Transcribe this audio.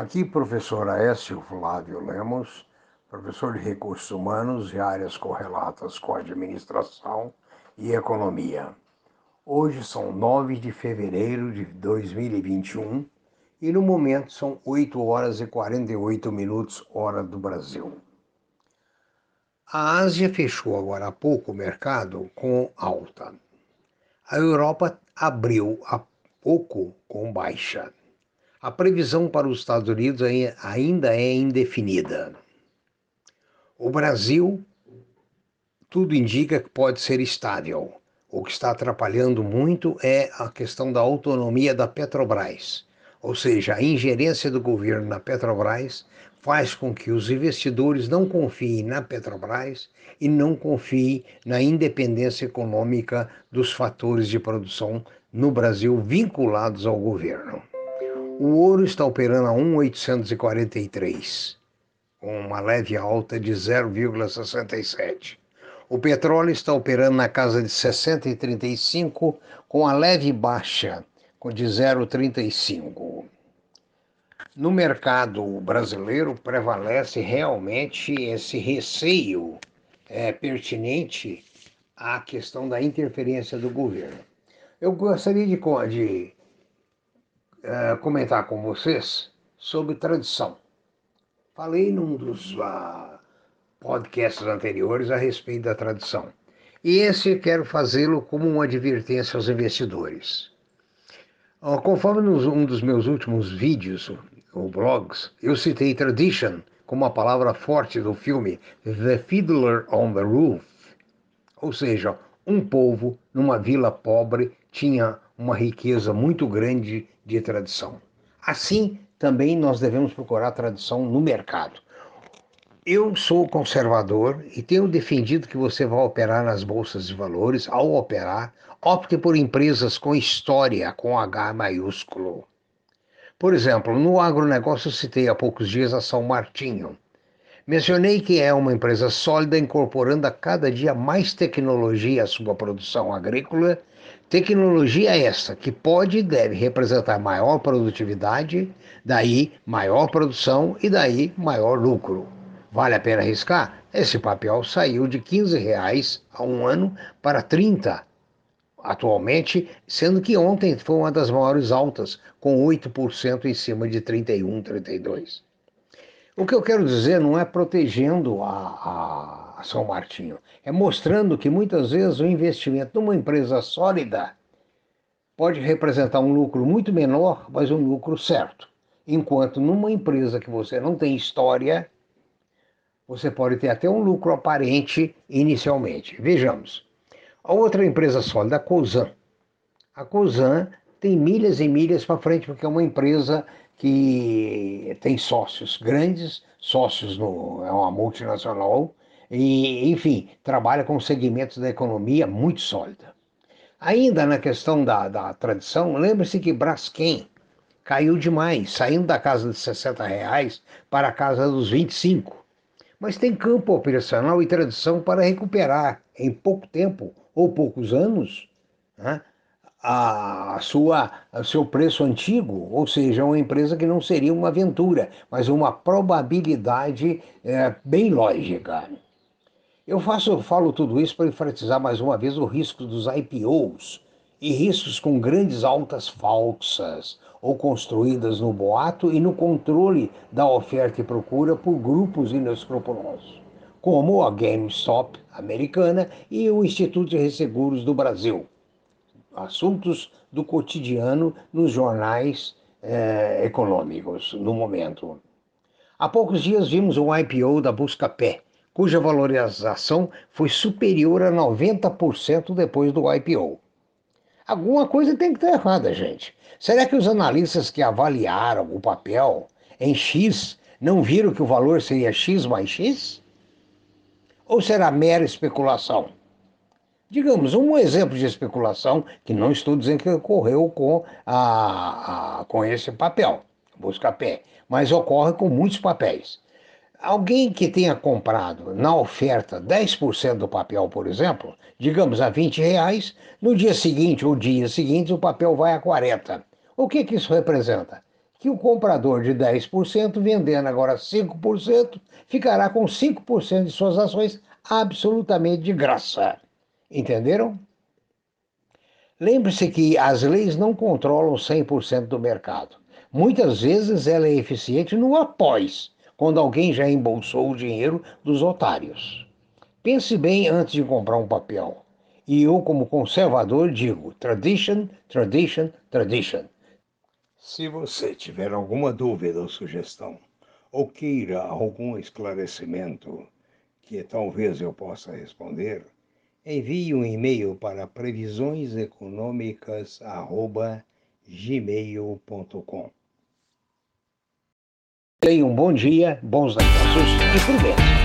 Aqui, professor Aécio Flávio Lemos, professor de Recursos Humanos e áreas correlatas com Administração e Economia. Hoje são 9 de fevereiro de 2021 e no momento são 8 horas e 48 minutos, hora do Brasil. A Ásia fechou agora há pouco o mercado com alta. A Europa abriu há pouco com baixa. A previsão para os Estados Unidos ainda é indefinida. O Brasil, tudo indica que pode ser estável. O que está atrapalhando muito é a questão da autonomia da Petrobras. Ou seja, a ingerência do governo na Petrobras faz com que os investidores não confiem na Petrobras e não confiem na independência econômica dos fatores de produção no Brasil vinculados ao governo. O ouro está operando a 1.843, com uma leve alta de 0,67. O petróleo está operando na casa de 60,35, com a leve baixa de 0,35. No mercado brasileiro prevalece realmente esse receio pertinente à questão da interferência do governo. Eu gostaria de comentar com vocês sobre tradição. Falei num dos podcasts anteriores a respeito da tradição. E esse quero fazê-lo como uma advertência aos investidores. Conforme um dos meus últimos vídeos ou blogs, eu citei tradition como a palavra forte do filme The Fiddler on the Roof. Ou seja, um povo numa vila pobre tinha uma riqueza muito grande de tradição. Assim, também nós devemos procurar tradição no mercado. Eu sou conservador e tenho defendido que você vai operar nas bolsas de valores. Ao operar, opte por empresas com história, com H maiúsculo. Por exemplo, no agronegócio citei há poucos dias a São Martinho. Mencionei que é uma empresa sólida, incorporando a cada dia mais tecnologia à sua produção agrícola, tecnologia esta que pode e deve representar maior produtividade, daí maior produção e daí maior lucro. Vale a pena arriscar? Esse papel saiu de R$ 15 há um ano para 30 atualmente, sendo que ontem foi uma das maiores altas, com 8% em cima de 31, 32. O que eu quero dizer não é protegendo a São Martinho, é mostrando que muitas vezes o investimento numa empresa sólida pode representar um lucro muito menor, mas um lucro certo. Enquanto numa empresa que você não tem história, você pode ter até um lucro aparente inicialmente. Vejamos. A outra empresa sólida, a Cosan. A Cosan tem milhas e milhas para frente, porque é uma empresa que tem sócios grandes, é uma multinacional, e, enfim, trabalha com segmentos da economia muito sólida. Ainda na questão da tradição, lembre-se que Braskem caiu demais, saindo da casa de R$ 60 para a casa dos 25. Mas tem campo operacional e tradição para recuperar em pouco tempo ou poucos anos, né, o seu preço antigo, ou seja, uma empresa que não seria uma aventura, mas uma probabilidade bem lógica. Falo tudo isso para enfatizar mais uma vez o risco dos IPOs e riscos com grandes altas falsas ou construídas no boato e no controle da oferta e procura por grupos inescrupulosos, como a GameStop americana e o Instituto de Resseguros do Brasil. Assuntos do cotidiano nos jornais econômicos no momento. Há poucos dias vimos um IPO da Buscapé, cuja valorização foi superior a 90% depois do IPO. Alguma coisa tem que estar errada, gente. Será que os analistas que avaliaram o papel em X não viram que o valor seria X mais X? Ou será mera especulação? Digamos, um exemplo de especulação, que não estou dizendo que ocorreu com esse papel, Buscapé, mas ocorre com muitos papéis. Alguém que tenha comprado na oferta 10% do papel, por exemplo, digamos a R$ 20, no dia seguinte ou dias seguintes o papel vai a 40. O que isso representa? que o comprador de 10%, vendendo agora 5%, ficará com 5% de suas ações absolutamente de graça. Entenderam? Lembre-se que as leis não controlam 100% do mercado. Muitas vezes ela é eficiente no após, quando alguém já embolsou o dinheiro dos otários. Pense bem antes de comprar um papel. E eu, como conservador, digo: tradition, tradition, tradition. Se você tiver alguma dúvida ou sugestão, ou queira algum esclarecimento que talvez eu possa responder, envie um e-mail para previsioneseconômicas@gmail.com. Tenha um bom dia, bons negócios e prudência.